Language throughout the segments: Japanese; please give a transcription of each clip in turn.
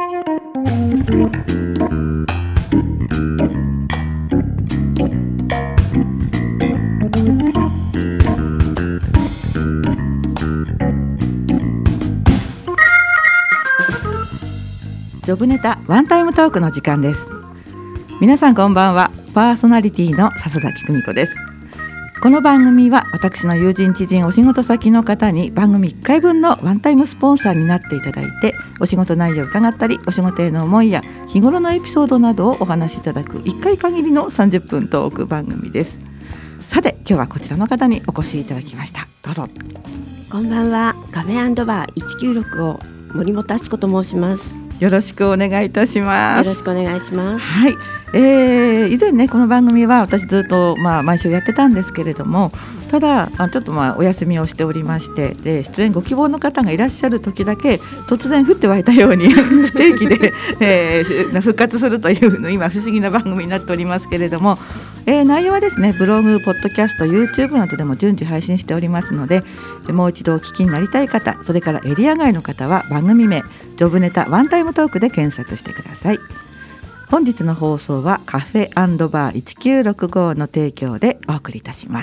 ジョブネタワンタイムトークの時間です。皆さんこんばんは。パーソナリティの笹崎久美子です。この番組は私の友人知人お仕事先の方に番組1回分のワンタイムスポンサーになっていただいて、お仕事内容を伺ったり、お仕事への思いや日頃のエピソードなどをお話しいただく1回限りの30分トーク番組です。さて今日はこちらの方にお越しいただきました。どうぞ。 こんばんは。カフェ&バー196を森本敦子と申します。 よろしくお願いいたします。 よろしくお願いします。 はい、以前ねこの番組は私ずっと、毎週やってたんですけれども、ただちょっとお休みをしておりまして、で出演ご希望の方がいらっしゃる時だけ突然降って湧いたように不定期で、復活するというの今不思議な番組になっておりますけれども、内容はですねブログ、ポッドキャスト、YouTube などでも順次配信しておりますので、もう一度お聞きになりたい方、それからエリア外の方は番組名ジョブネタワンタイムトークで検索してください。本日の放送はカフェ&バー1965の提供でお送りいたします。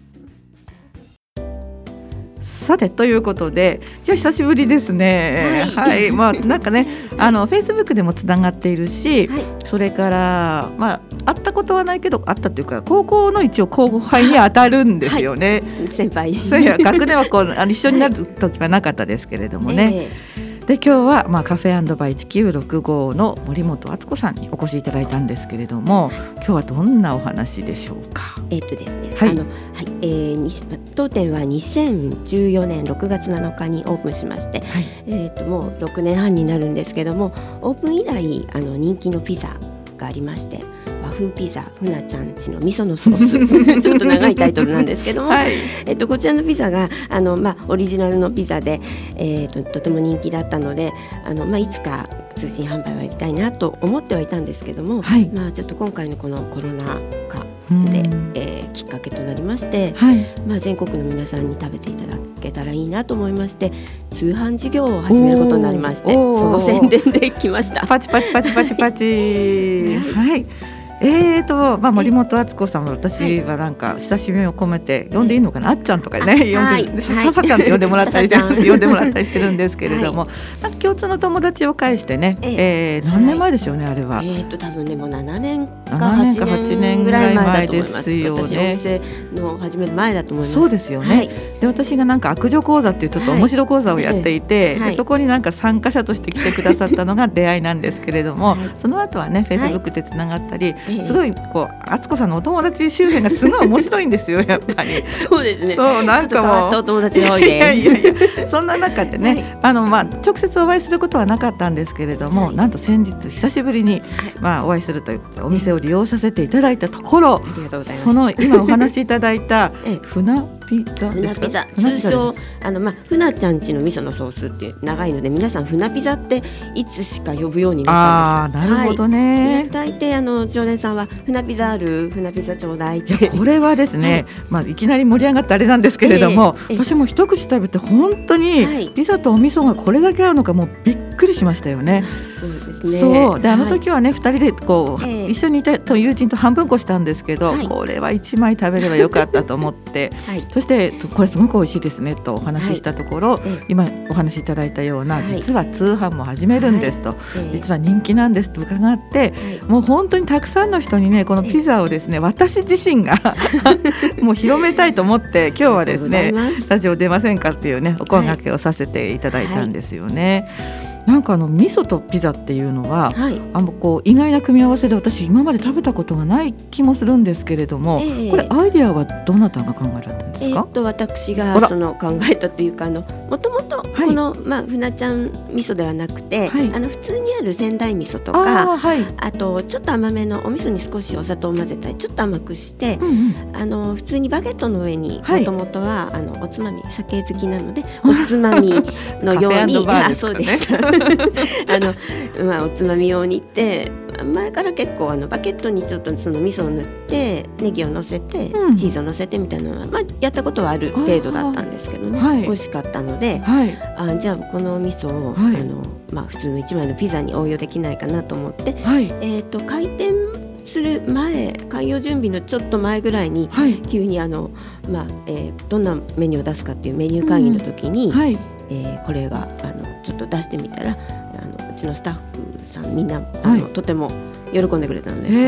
さてということで、いや久しぶりですね。はい、なんかねFacebook でもつながっているし、はい、それから会ったことはないけど、会ったというか高校の一応後輩に当たるんですよね。 はい、先輩。 そういや学年は一緒になる時はなかったですけれどもね。で今日は、カフェ&バー1965の森本敦子さんにお越しいただいたんですけれども、今日はどんなお話でしょうか。 ですね、はい当店は2014年6月7日にオープンしまして、はいもう6年半になるんですけども、オープン以来人気のピザがありまして、和風ピザふなちゃんちの味噌のソースちょっと長いタイトルなんですけども、はいこちらのピザがオリジナルのピザで、とても人気だったのでいつか通信販売はやりたいなと思ってはいたんですけども、はいちょっと今回のこのコロナ禍で、きっかけとなりまして、はい全国の皆さんに食べていただけたらいいなと思いまして、通販事業を始めることになりまして、その宣伝で来ました。 パチパチパチパチパチはい森本敦子さんは私はなんか親しみを込めて呼んでいいのかな、あっちゃんとかね笹ちゃんって呼んでもらったりしてるんですけれども、なんか共通の友達を介してね、何年前でしょうね、あれは。 多分ねもう7年か8年ぐらい前だと思います。 ですよね。 私お店の始める前だと思います。 そうですよね。で私がなんか悪女講座っていうちょっと面白講座をやっていて、でそこになんか参加者として来てくださったのが出会いなんですけれども、その後はね Facebook でつながったり、すごい敦子さんのお友達周辺がすごい面白いんですよやっぱり。 そうですね。 そうなんかもうお友達が多いです。 いやそんな中でね、直接お会いすることはなかったんですけれども、なんと先日久しぶりに、お会いするということでお店を利用させていただいたところ、その今お話しいただいた船ピザ、 通称ふなちゃんちの味噌のソースっていう長いので、皆さん船ピザっていつしか呼ぶようになったんです。 なるほどね。 大抵常連さんは船ピザある、船ピザちょうだいって。 これはですね、いきなり盛り上がってあれなんですけれども、私も一口食べて本当にピザとお味噌がこれだけ合うのかもうびっくりしましたよね。 そうですね。 そうで時はね2人で一緒にいた友人と半分こしたんですけど、これは1枚食べればよかったと思って、そしてこれすごく美味しいですねとお話ししたところ、今お話しいただいたような、実は通販も始めるんですと、実は人気なんですと伺って、もう本当にたくさんの人にねこのピザをですね私自身がもう広めたいと思って今日はですねスタジオ出ませんかっていうねお声掛けをさせていただいたんですよね。なんか味噌とピザっていうのは、意外な組み合わせで私今まで食べたことがない気もするんですけれども、これアイデアはどなたが考えられたんですか？ 私が考えたというか、もともとこの、ふなちゃん味噌ではなくて、普通にある仙台味噌とか、あとちょっと甘めのお味噌に少しお砂糖を混ぜたりちょっと甘くして、普通にバゲットの上にもともとはおつまみ、酒好きなのでおつまみのようにそうでしたおつまみ用にって前から結構バゲットにちょっとその味噌を塗ってネギを乗せて、チーズを乗せてみたいなのは、やったことはある程度だったんですけどね、美味しかったので、じゃあこの味噌を、 普通の1枚のピザに応用できないかなと思って、開店する前、開業準備のちょっと前ぐらいに、急にどんなメニューを出すかっていうメニュー会議の時に、これがちょっと出してみたら、うちのスタッフさんみんなとても喜んでくれたんです。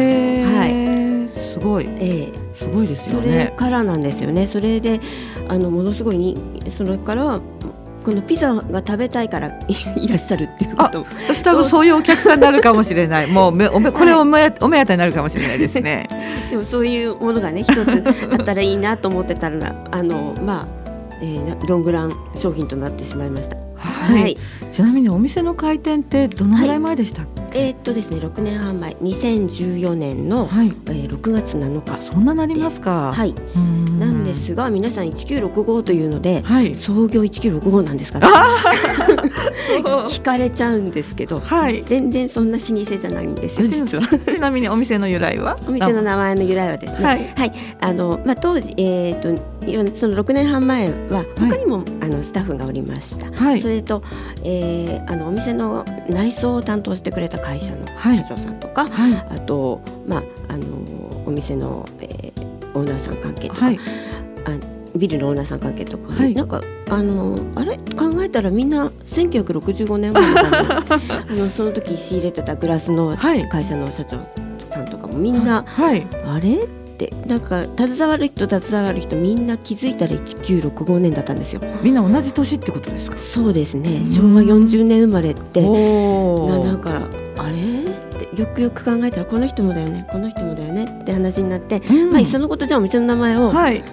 すごい、すごいですよね。 それからなんですよね。それでものすごいそれからこのピザが食べたいからいらっしゃるっていうことも、 私多分そういうお客さんになるかもしれない。もうこれお目当てになるかもしれないですね。 でもそういうものがね一つあったらいいなと思ってたらロングラン商品となってしまいました。 ちなみにお店の開店ってどのぐらい前でしたっけ？ ですね、6年半前、2014年の、6月7日。 そんななりますか。 なんですが、皆さん1965というので、創業1965なんですかね。聞かれちゃうんですけど、全然そんな老舗じゃないんですよ、実は。 ちなみにお店の由来は？ お店の名前の由来はですね、当時、その6年半前は他にも、スタッフがおりました。それと、お店の内装を担当してくれた会社の社長さんとか、あと、お店の、オーナーさん関係とか、ビルのオーナーさん関係とか、なんかあれ考えたらみんな1965年前のその時仕入れてたグラスの会社の社長さんとかもみんな、あれってなんか携わる人みんな気づいたら1965年だったんですよ。 みんな同じ年ってことですか？ そうですね。昭和40年生まれってなんかあれってよくよく考えたらこの人もだよねって話になって、いっそのことじゃあお店の名前を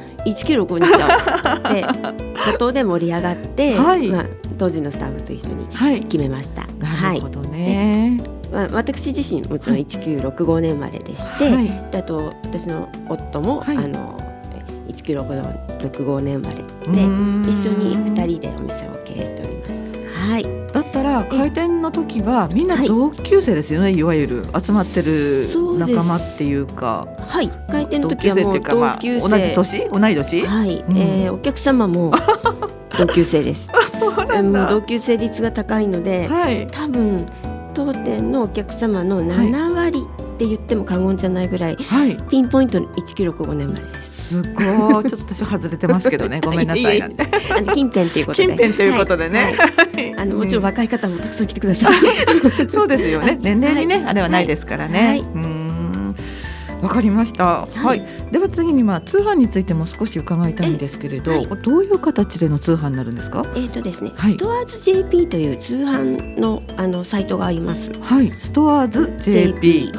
195にしちゃおうってことで盛り上がって、当時のスタッフと一緒に決めました。 なるほどね。 私自身もちろん1965年生まれでして、あと私の夫も、1965年生まれで一緒に2人でお店を経営しております。 だったら開店の時はみんな同級生ですよね。いわゆる集まってる仲間っていうか。 開店の時はもう同級生、 同い年。 お客様も同級生です。同級生率が高いので、多分当店のお客様の7割って言っても過言じゃないぐらい、ピンポイント1965年生まれです。 すごい。ちょっと私は外れてますけどね。ごめんなさい。 近辺ということで。 近辺ということでね。 もちろん若い方もたくさん来てください。 そうですよね。年齢にね、あれはないですからね。わかりました。では次に通販についても少し伺いたいんですけれど、どういう形での通販になるんですか？ ですね、ストアーズ JP という通販のサイトがあります。 ストアーズ JP。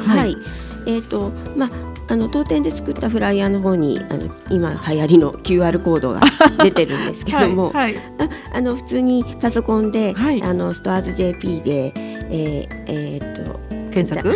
当店で作ったフライヤーの方に今流行りの QR コードが出てるんですけども、普通にパソコンで、ストアーズ JP で、 検索、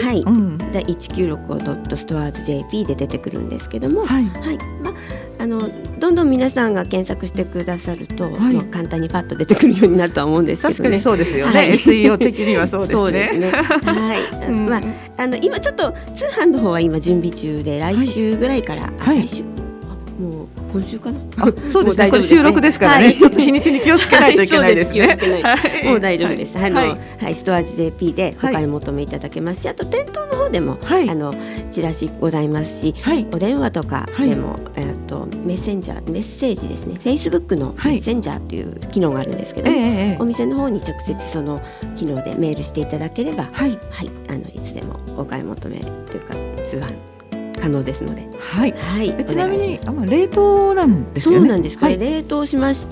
196.stores.jp で出てくるんですけども、どんどん皆さんが検索してくださると、簡単にパッと出てくるようになるとは思うんですけどね。 確かにそうですよね。SEO 的にはそうですね。 そうですね。今ちょっと通販の方は今準備中で、来週ぐらいから、来週もう今週かな。 そうですね。これ収録ですからね。ちょっと日にちに気をつけないといけないですね。 もう大丈夫です。ストアーズ JP でお買い求めいただけますし、あと店頭の方でもチラシございますし、お電話とかでもメッセージですね。Facebook のメッセンジャーという機能があるんですけど、お店の方に直接その機能でメールしていただければ、いつでもお買い求めというか通販可能ですので。 ちなみに冷凍なんですよね。 そうなんです。これ冷凍しまして、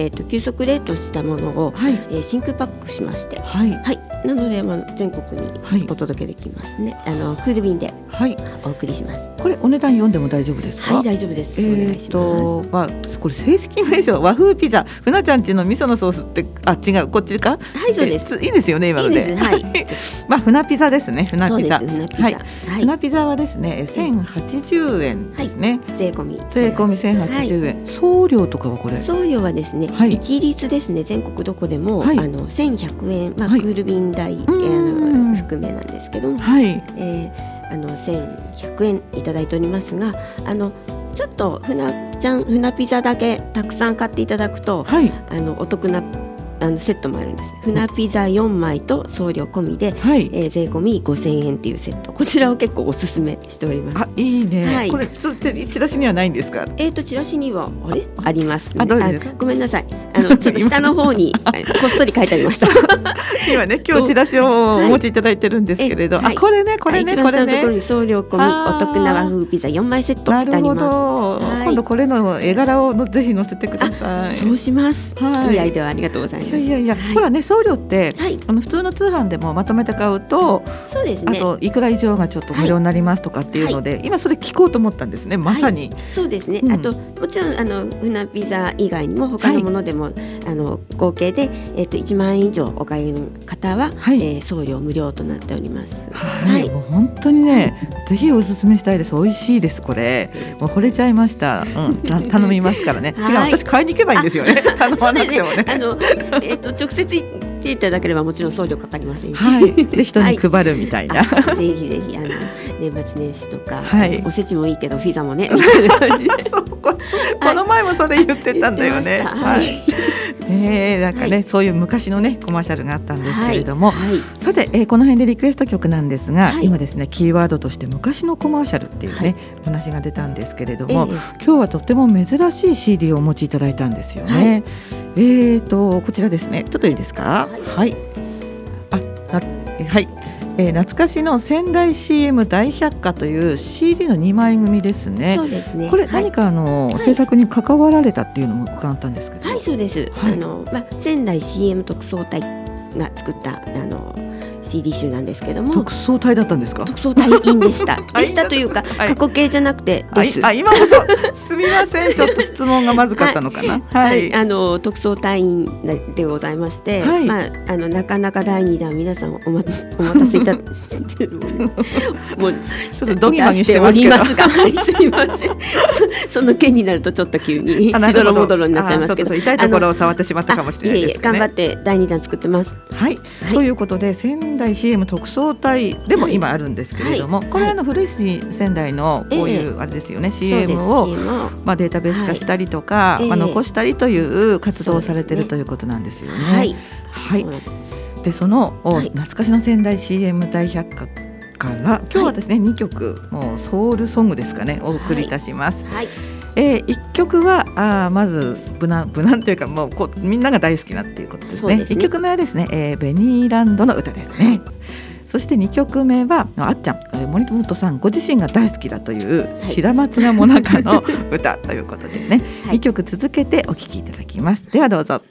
急速冷凍したものを真空パックしまして、なので全国にお届けできますね。クール便でお送りします。 これお値段読んでも大丈夫ですか？ 大丈夫です。お願いします。 これ正式名称和風ピザふなちゃんちの味噌のソースって違うこっちか？ そうです。 いいですよね今ので。 いいです。 ふなピザですね。ふなピザ。 ふなピザはですね1080円ですね。 税込み 1080円。送料とかはこれ？ 送料はですね一律ですね。全国どこでも1100円、クール便代含めなんですけども、1100円いただいておりますが、ちょっとふなピザだけたくさん買っていただくと、お得なセットもあるんです。船ピザ4枚と送料込みで、はい、税込み5000円っていうセット、こちらを結構おすすめしております。 いいね、はい、これそれってチラシにはないんですか？ チラシにはありますね。 どうですか？ ごめんなさい、ちょっと下の方にこっそり書いてありました今ね、今日チラシをお持ちいただいてるんですけれど、これね一番下のところに送料込みお得な和風ピザ4枚セットってあります。 今度これの絵柄をぜひ載せてください。 そうします、いいアイデアありがとうございます。 ほらね、送料って、普通の通販でもまとめて買うと、 そうですね、 あといくら以上がちょっと無料になりますとかっていうので、今それ聞こうと思ったんですね、まさに。 そうですね、あともちろん船ピザ以外にも他のものでも、合計で、1万円以上お買いの方は、送料無料となっております。 もう本当にね、ぜひおすすめしたいです。美味しいです。これもう惚れちゃいました。頼みますからね。違う、私買いに行けばいいんですよね。頼まなくてもね。 直接言っていただければもちろん送料かかりませんし、で人に配るみたいな。 ぜひぜひ年末年始とか、おせちもいいけどピザもねみたいな感じでこの前もそれ言ってたんだよね。なんかね、そういう昔のねコマーシャルがあったんですけれども、さて、この辺でリクエスト曲なんですが、今ですねキーワードとして昔のコマーシャルっていうね、話が出たんですけれども、今日はとっても珍しい CD をお持ちいただいたんですよね。こちらですね、ちょっといいですか？懐かしの仙台 CM 大百科という CD の2枚組ですね。 そうですね。 これ何か制作に関わられたっていうのも伺ったんですけど。 そうです。仙台 CM 特捜隊が作ったCD 集なんですけども、 特捜隊だったんですか？ 特捜隊員でしたでしたというか、過去形じゃなくてです。 今もそうすみません、ちょっと質問がまずかったのかな。 特捜隊員でございまして、なかなか第2弾皆さんお待たせいたしてるもうちょっとドギマギしておりますが、すみませんその件になるとちょっと急にしどろもどろになっちゃいますけど、 痛いところを触ってしまったかもしれないですね。 頑張って第2弾作ってます。 ということで仙台 CM 特捜隊でも今あるんですけれども、これ古い仙台のこういうあれですよね、CM をデータベース化したりとか残したりという活動をされているということなんですよね。でその懐かしの仙台 CM 大百科から今日はですね、2曲もうソウルソングですかね、お送りいたします。1曲はまず無難というか、もうみんなが大好きなっていうことですね。1曲目はですね、ベニーランドの歌ですね。そして2曲目はあっちゃん森本さんご自身が大好きだという白松がもなかの歌ということでね、2曲続けてお聴きいただきます。ではどうぞ。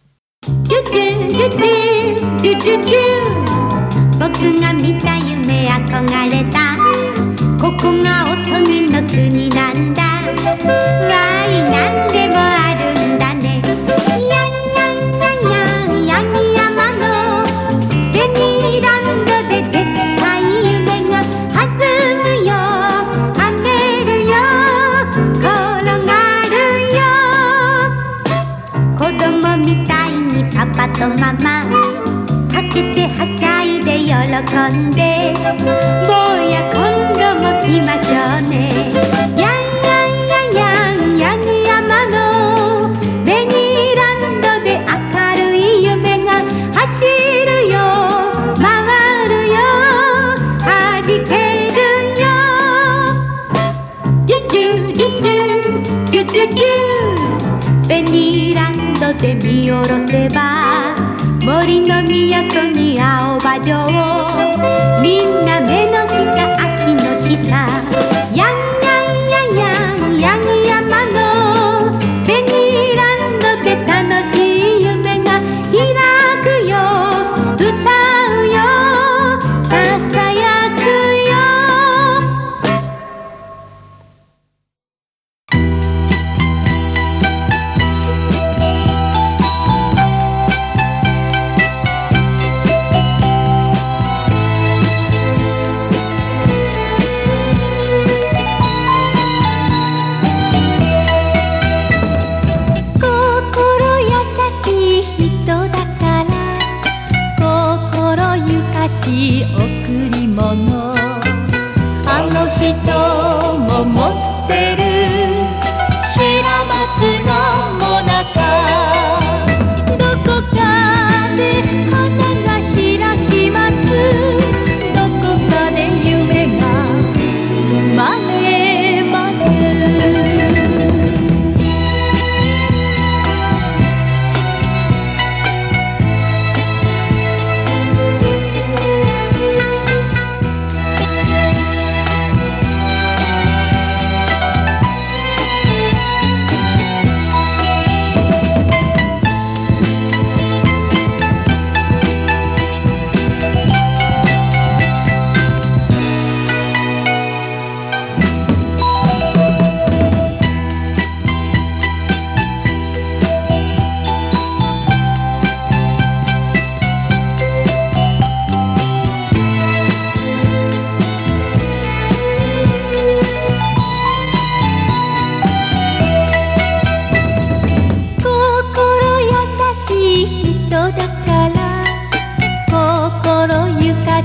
僕が見た夢憧れたここがおとぎの国なんだ。わいなんでもあるんだね。やんやんやんやんやん山のベニーランドででっかい夢が弾むよ跳ねるよ転がるよ。子供みたいにパパとママかけてはしゃいで喜んで、坊や今度も来ましょうね。やんやんやんやんやん山のベニーランドで明るい夢が走るよ回るよはじけるよ。デュデュデュデュデュデュデュベニーランドで見下ろせば森の都に青葉城、みんな目の下足の下、やんやんやんやんやん山のベニーランドで楽しい夢が開くよ歌うよささやくよ。贈り物あの人も持ってる白松のもなかどこか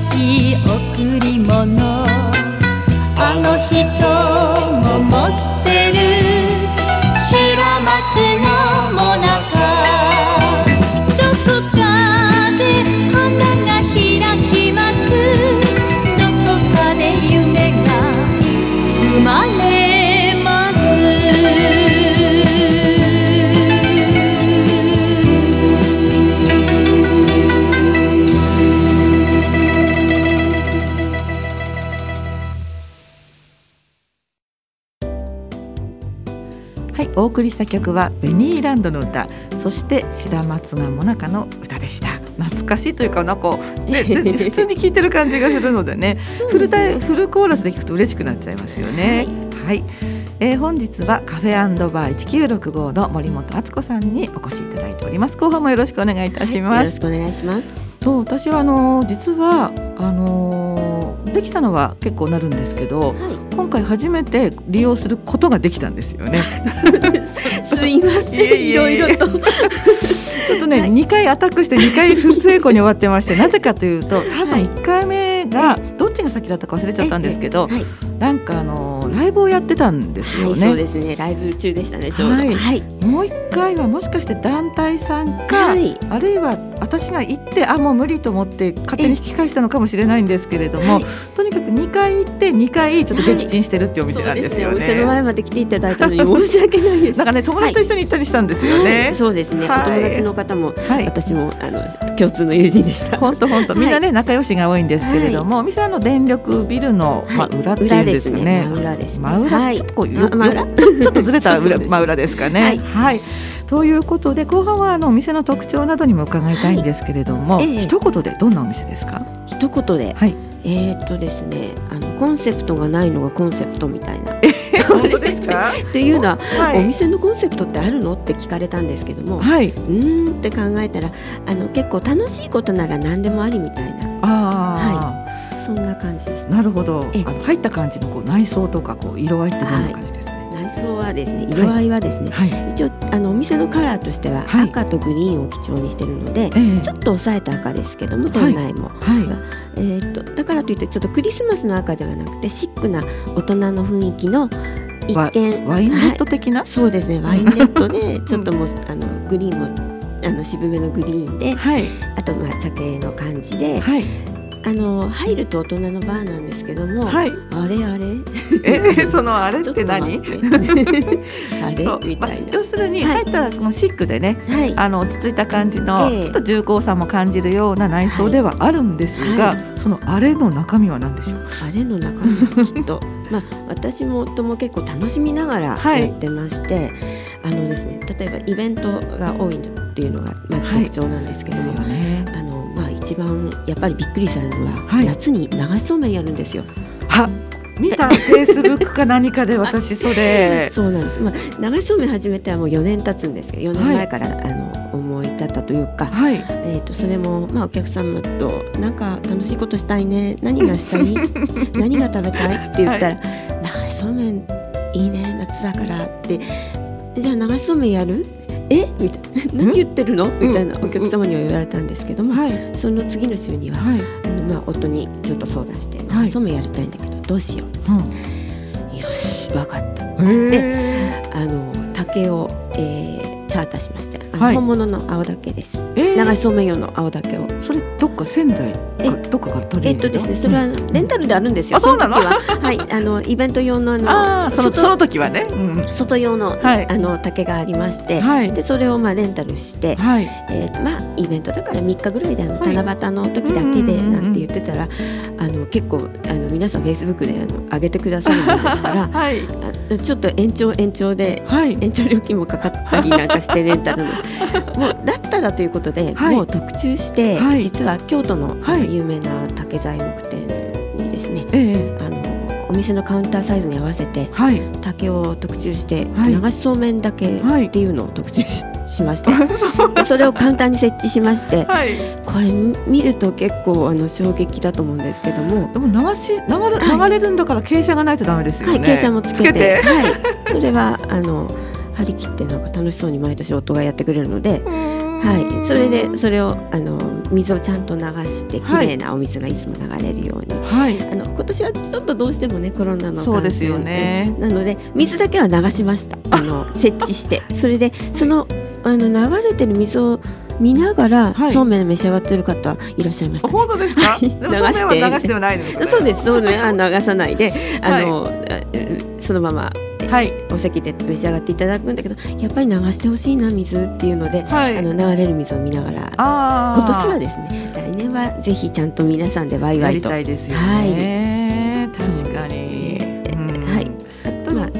しい贈り物、あの人も持ってる白松のもなか、どこかで花が開きます、どこかで夢が生まれます。 はい、お送りした曲はベニーランドの歌、そして白松がもなかの歌でした。懐かしいというか、なんか、ね、普通に聴いてる感じがするのでね、フルコーラスで聴くと嬉しくなっちゃいますよね。はい、本日はカフェ&バー1965の森本敦子さんにお越しいただいております。後半もよろしくお願いいたします。 よろしくお願いします。 と、私は実はできたのは結構なるんですけど、今回初めて利用することができたんですよね。 すいません、いろいろとちょっとね、2回アタックして2回不成功に終わってまして、なぜかというと、多分1回目がどっちが先だったか忘れちゃったんですけど、なんかライブをやってたんですよね。 そうですね、ライブ中でしたね、ちょうど。 もう1回はもしかして団体さんか、あるいは私が行ってもう無理と思って勝手に引き返したのかもしれないんですけれども、とにかく2回行って2回ちょっと撃沈してるっていうお店なんですよね。 その前まで来ていただいたのに申し訳ないです。 なんかね、友達と一緒に行ったりしたんですよね。 そうですね、お友達の方も、私も共通の友人でした。 本当みんなね、仲良しが多いんですけれども、お店電力ビルの裏っていうんですかね。 真裏ですね。 真裏、ちょっとずれた真裏ですかね。はい。ということで、後半はお店の特徴などにも伺いたいんですけれども、一言でどんなお店ですか？ 一言で、ですね、コンセプトがないのがコンセプトみたいな。 本当ですか？ っていうのは、お店のコンセプトってあるのって聞かれたんですけども、って考えたら、結構楽しいことなら何でもありみたいな。そんな感じです。 なるほど。入った感じの内装とか色合いってどんな感じですか？ 内装はですね、色合いはですね、一応お店のカラーとしては赤とグリーンを基調にしているので、ちょっと抑えた赤ですけども、店内も、だからといってちょっとクリスマスの赤ではなくて、シックな大人の雰囲気の一見ワインレッド的な、 そうですね、ワインレッドでちょっともうグリーンも渋めのグリーンで、あと茶系の感じで、入ると大人のバーなんですけども、あれそのあれって何？ あれみたいな。 要するに入ったらそのシックでね、落ち着いた感じの、ちょっと重厚さも感じるような内装ではあるんですが、そのあれの中身は何でしょう？ あれの中身はきっと私も夫も結構楽しみながらやってまして、ですね、例えばイベントが多いっていうのがまず特徴なんですけども、一番やっぱりびっくりされるのは、夏に流しそうめんやるんですよ。 見たフェイスブックか何かで私それそうなんです。流しそうめん始めてはもう4年経つんですけど、4年前から思い立ったというか、それもお客様となんか楽しいことしたいね、何がしたい何が食べたいって言ったら、流しそうめんいいね、夏だからって、じゃあ流しそうめんやる？みたいな、何言ってるのみたいなお客様には言われたんですけども、その次の週には、夫にちょっと相談して、流しそうめんやりたいんだけどどうしよう、よし分かった、で竹を、チャーターしまして、本物の青竹です、流しそうめん用の青竹を。 それどっか仙台どっかから取り入れた？ ですね、それはレンタルであるんですよ。 そうなの？ その時はイベント用のその時はね、 外用の竹がありまして、でそれをレンタルして、イベントだから3日ぐらいで七夕の時だけでなんて言ってたら、結構皆さんフェイスブックで上げてくださるもんですから、ちょっと延長で、延長料金もかかったりなんかしてレンタルのもうだったらということで、もう特注して、実は京都の有名な竹材木店にですね、お店のカウンターサイズに合わせて、竹を特注して、流しそうめんだけっていうのを特注しまして、それをカウンターに設置しまして、これ見ると結構衝撃だと思うんですけども、 でも流れるんだから傾斜がないとダメですよね。 傾斜もつけて、それは張り切ってなんか楽しそうに毎年夫がやってくれるので、 はい、それでそれを水をちゃんと流してきれいなお水がいつも流れるように、はい、今年はちょっとどうしてもねコロナの感染そうですよね。 なので水だけは流しました。設置してそれでその流れてる水を見ながら、はい、そうめん召し上がってる方いらっしゃいました、ね。 本当ですか？でもそうめんは流してはないのか。 そうです。そうめんは流さないでそのまま、はい、お席で召し上がっていただくんだけど、やっぱり流してほしいな水っていうので、はい、流れる水を見ながら今年はですね、来年はぜひちゃんと皆さんでワイワイとやりたいですよね。はい、確かに。 はい。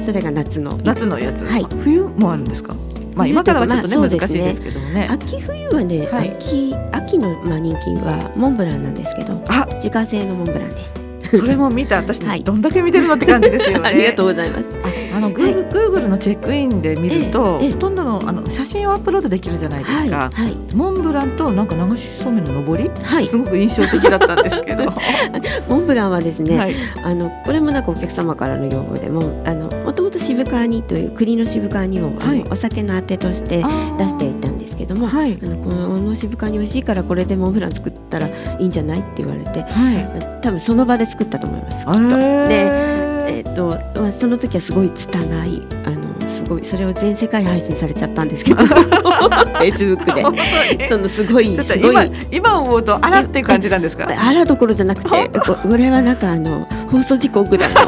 それが夏のやつ。はい、冬もあるんですか？今からはちょっとね、難しいですけどもね。 秋冬はね、はい、秋の人気はモンブランなんですけど、自家製のモンブランでした。 それも見た私、はい、どんだけ見てるのって感じですよね。 ありがとうございます。 Google のチェックインで見ると、ほとんどの写真をアップロードできるじゃないですか。はいはい、モンブランとなんか流しそうめんの上り、はい、すごく印象的だったんですけどモンブランはですね、はい、これもなんかお客様からの要望でもともと渋皮煮という栗の渋皮煮をお酒のあてとして出していたんですけども、はい、この渋皮煮美味しいからこれでモンブラン作ったらいいんじゃないって言われて、はい、多分その場で作ったと思いますきっと。で、その時はすごい拙いすごいそれを全世界配信されちゃったんですけどFacebook でそのすごい今思うとあらっていう感じなんですか？ あらどころじゃなくてこれはなんか放送事故ぐらい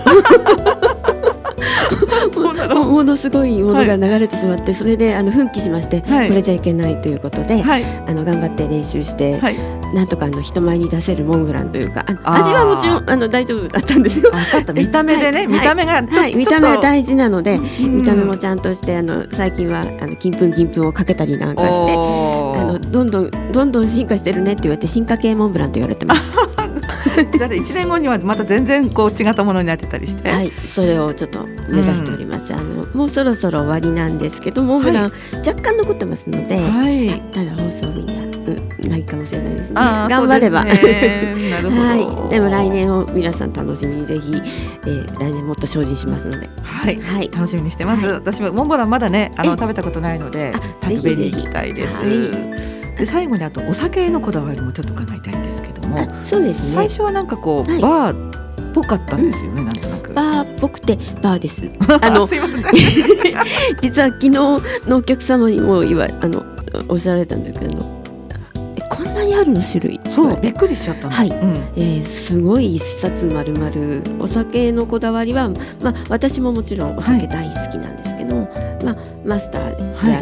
のものすごいものが流れてしまって、はい、それで奮起しまして、はい、これじゃいけないということで、はい、頑張って練習して、はい、なんとか人前に出せるモンブランというか味はもちろん大丈夫だったんですよ。 分かった。見た目でね、はい、見た目が見た目は大事なので、見た目もちゃんとして最近は金粉をかけたりなんかしてどんどん進化してるねって言われて進化系モンブランと言われてますだって1年後にはまた全然違ったものになってたりして、 はい、それをちょっと目指しております。もうそろそろ終わりなんですけどモンブラン、はい、若干残ってますので、はい、ただ放送日には、ないかもしれないですね。頑張れば、ね、なるほど、はい、でも来年を皆さん楽しみにぜひ、来年もっと精進しますので、 はいはい、楽しみにしてます、はい、私もモンブランまだね食べたことないので食べに行きたいです。で最後にお酒のこだわりもちょっと伺いたいんですけども、 そうですね、 最初はなんかこう、はい、バーっぽかったんですよね、なんとなくバーっぽくてバーですすいません実は昨日のお客様にもおっしゃられたんですけどこんなにあるの種類そうびっくりしちゃったの、 はい、すごい一冊丸々お酒のこだわりは、私ももちろんお酒大好きなんですけど、マスターで、はい、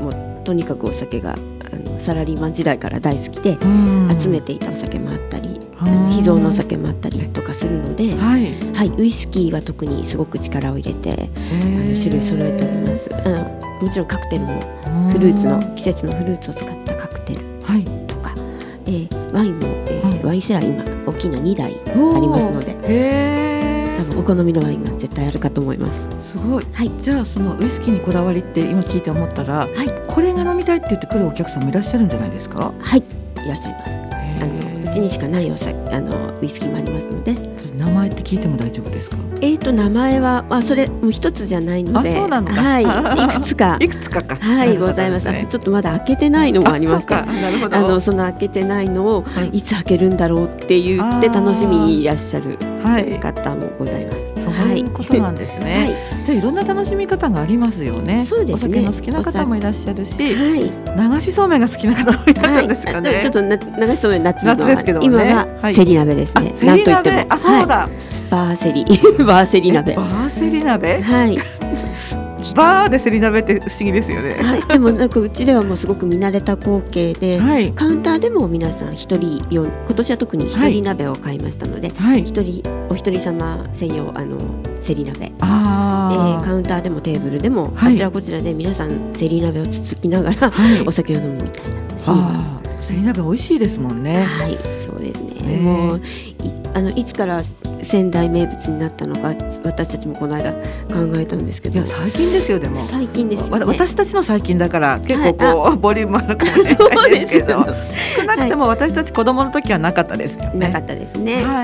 もうとにかくお酒がサラリーマン時代から大好きで集めていたお酒もあったり秘蔵のお酒もあったりとかするので、はいはい、ウイスキーは特にすごく力を入れて種類揃えております。もちろんカクテルも季節のフルーツを使ったカクテルとか、ワインも、ワインセラー今大きいの2台ありますので多分お好みのワインが絶対あるかと思います。 すごい、はい、じゃあそのウイスキーにこだわりって今聞いて思ったら、はい、これが飲みたいって言ってくるお客さんもいらっしゃるんじゃないですか？ はい、いらっしゃいます。うちにしかないウイスキーもありますので。 名前って聞いても大丈夫ですか？ 名前は、それもう一つじゃないので、 そうなのか、 はい、いくつかはい、ございます。あとちょっとまだ開けてないのもありまして、 なるほど、 その開けてないのをいつ開けるんだろうって言って楽しみにいらっしゃる方もございます。 そういうことなんですね。はい、じゃあいろんな楽しみ方がありますよね。 そうですね。 お酒の好きな方もいらっしゃるし、流しそうめんが好きな方もいらっしゃるんですかね。 ちょっと流しそうめん夏ですけどね。 今はセリ鍋ですね。 なんといっても。あ、そうだ。 バーセリ鍋。 バーセリ鍋。 はい。 バーでセリ鍋って不思議ですよね。 はい。でもなんかうちではもうすごく見慣れた光景で、カウンターでも皆さん今年は特に一人鍋を買いましたので、お一人様専用セリ鍋。カウンターでもテーブルでも、あちらこちらで皆さんセリ鍋をつつきながら、お酒を飲むみたいなシーンが。 セリ鍋美味しいですもんね。 はい、そうですね。もういつから仙台名物になったのか私たちもこの間考えたんですけど、 最近ですよ。でも最近ですよね。 私たちの最近だから結構ボリュームあるかもしれないですけど、少なくとも私たち子供の時はなかったですよね。 なかったですね。はい。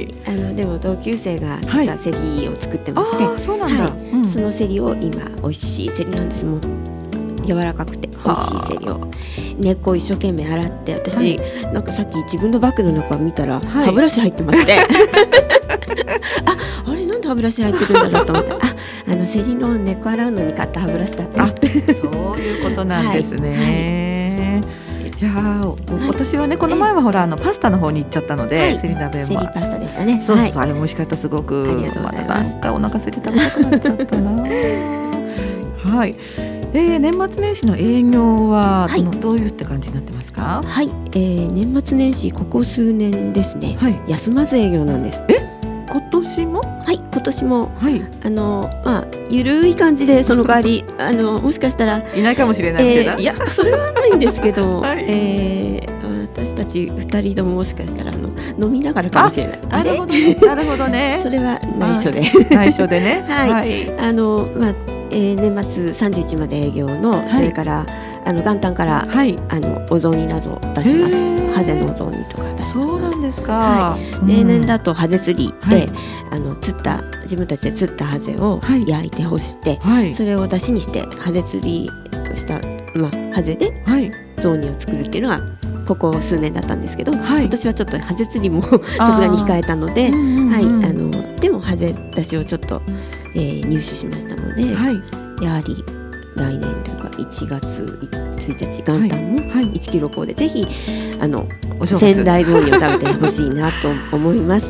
でも同級生が実はセリを作ってまして、 そうなんだ。 そのセリを今美味しいセリなんです。もう柔らかくて美味しいセリを根っこを一生懸命洗って、私、なんかさっき自分のバッグの中を見たら、歯ブラシ入ってましてあれなんで歯ブラシ入ってるんだろうと思ってセリの根っこ洗うのに買った歯ブラシだって。 そういうことなんですね。いや私はねこの前はほらパスタの方に行っちゃったので、セリ鍋はセリパスタでしたね。 そう、あれも美味しかった。すごく。 ありがとうございます。 なんかお腹空いて食べたくなっちゃったなはい。年末年始の営業はどういうって感じになってますか？ はい、年末年始ここ数年ですね、休まず営業なんです。 今年も？ はい、今年も、ゆるい感じで、その代わりもしかしたらいないかもしれないけど、 いやそれはないんですけど、私たち2人とももしかしたら飲みながらかもしれない。 なるほどね、なるほどね。 それは内緒で内緒でね。 はい、年末31まで営業の、それから元旦から、お雑煮などを出します。ハゼのお雑煮とか出します。 そうなんですか。 例年だとハゼ釣りで、自分たちで釣ったハゼを焼いて干して、それを出汁にしてハゼ釣りをした、ハゼで雑煮を作るっていうのがここ数年だったんですけど、今年はちょっとハゼ釣りもさすがに控えたので、でもハゼ出汁をちょっと、入手しましたので、やはり来年というか1月1日元旦も1キロ高でぜひ仙台雑煮を食べてほしいなと思います。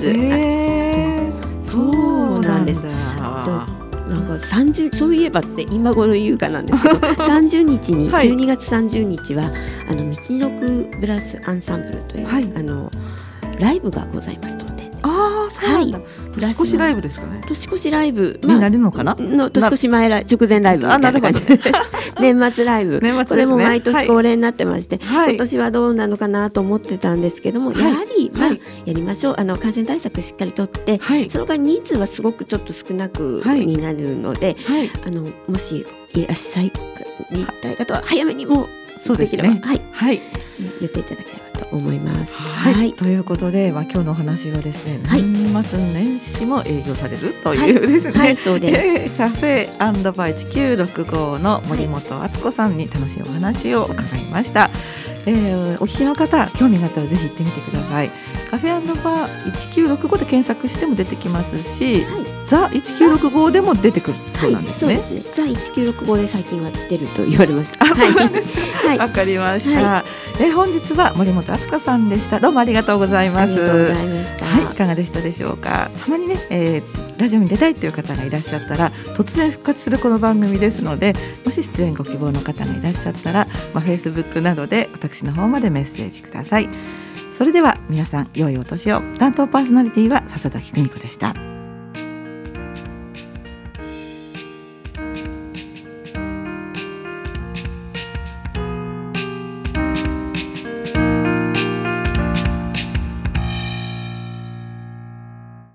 そうなんです。なんかそういえばって今頃言うかなんですけど30日に、12月30日は道のくブラスアンサンブルという、ライブがございます。当店そうなんだ。年越しライブですかね。 年越しライブになるのかな。 年越し前直前ライブみたいな感じで年末ライブ、これも毎年恒例になってまして、今年はどうなのかなと思ってたんですけども、やはりやりましょう。感染対策しっかりとって、その代わり人数はすごくちょっと少なくになるので、もしいらっしゃいたい方は早めにもできれば言っていただければと思います。 ということで、今日のお話はですね、年末年始も営業されるというですね、 そうです。 カフェ&バー1965の森本敦子さんに楽しいお話を伺いました。お聞きの方、興味があったらぜひ行ってみてください。カフェ&バー1965で検索しても出てきますし、ザ1965でも出てくるそうなんですね。 ザ1965で最近は出ると言われました。 わかりました。本日は森本敦子さんでした。どうもありがとうございます。 ありがとうございました。 いかがでしたでしょうか。たまにね、ラジオに出たいという方がいらっしゃったら突然復活するこの番組ですので、もし出演ご希望の方がいらっしゃったら、Facebook などで私の方までメッセージください。それでは皆さん良いお年を。担当パーソナリティは笹崎久美子でした。